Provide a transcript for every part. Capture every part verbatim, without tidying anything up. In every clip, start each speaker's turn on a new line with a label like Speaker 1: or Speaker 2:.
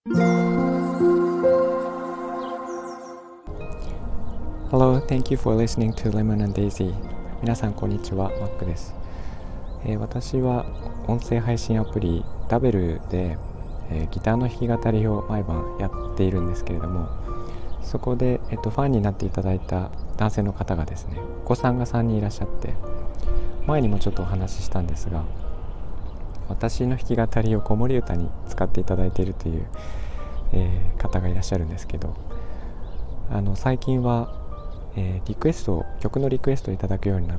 Speaker 1: Hello, thank you for listening to Lemon and Daisy. 皆さんこんにちは、マックです。えー、私は音声配信アプリダベルで、えー、ギターの弾き語りを毎晩やっているんですけれども、そこで、えっと、ファンになっていただいた男性の方がですね、お子さんがさんにんいらっしゃって、前にもちょっとお話ししたんですが、私の弾き語りを子守歌に使っていただいているという、えー、方がいらっしゃるんですけど、あの最近はえー、リクエスト曲のリクエストをいただくようになって、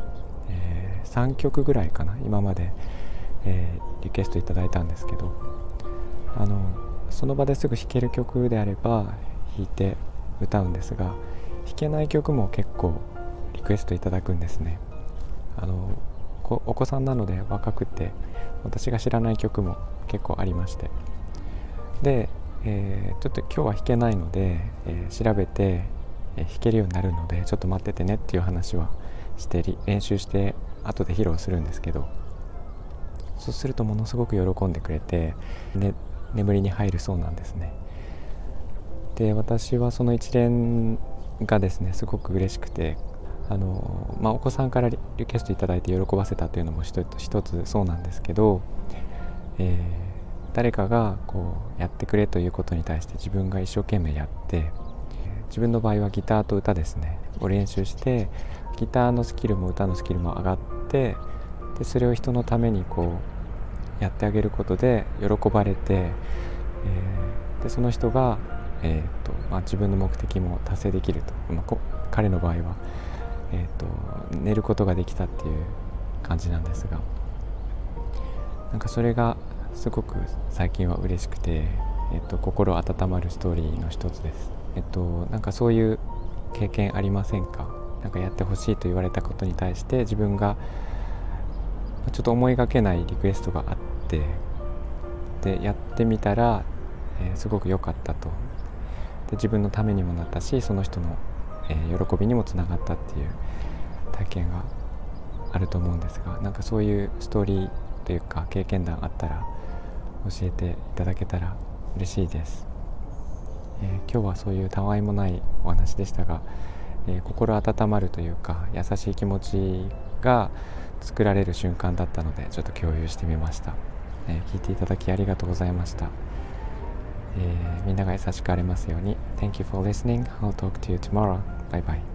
Speaker 1: えー、さんきょくぐらいかな今まで、えー、リクエストいただいたんですけど、あのその場ですぐ弾ける曲であれば弾いて歌うんですが、弾けない曲も結構リクエストいただくんですね。あのお子さんなので若くて私が知らない曲も結構ありまして、で、えー、ちょっと今日は弾けないので、えー、調べて弾けるようになるのでちょっと待っててねっていう話はして練習して後で披露するんですけど、そうするとものすごく喜んでくれて、ね、眠りに入るそうなんですね。で、私はその一連がですねすごく嬉しくて、あの、まあ、お子さんからリクエストいただいて喜ばせたというのも一つ一つそうなんですけど、えー、誰かがこうやってくれということに対して自分が一生懸命やって、自分の場合はギターと歌ですねを練習して、ギターのスキルも歌のスキルも上がって、でそれを人のためにこうやってあげることで喜ばれて、えー、でその人が、えーとまあ、自分の目的も達成できると、まあ、彼の場合は、えーと寝ることができたっていう感じなんですが、なんかそれがすごく最近は嬉しくて、えーと心温まるストーリーの一つです。えっと、なんかそういう経験ありませんか？なんかやってほしいと言われたことに対して自分がちょっと思いがけないリクエストがあって、でやってみたら、えー、すごく良かったと。で自分のためにもなったし、その人の、えー、喜びにもつながったっていう体験があると思うんですが、なんかそういうストーリーというか経験談あったら教えていただけたら嬉しいです。えー、今日はそういうたわいもないお話でしたが、えー、心温まるというか優しい気持ちが作られる瞬間だったのでちょっと共有してみました。えー、聞いていただきありがとうございました。えー、みんなが優しくありますように。 Thank you for listening. I'll talk to you tomorrow. Bye bye.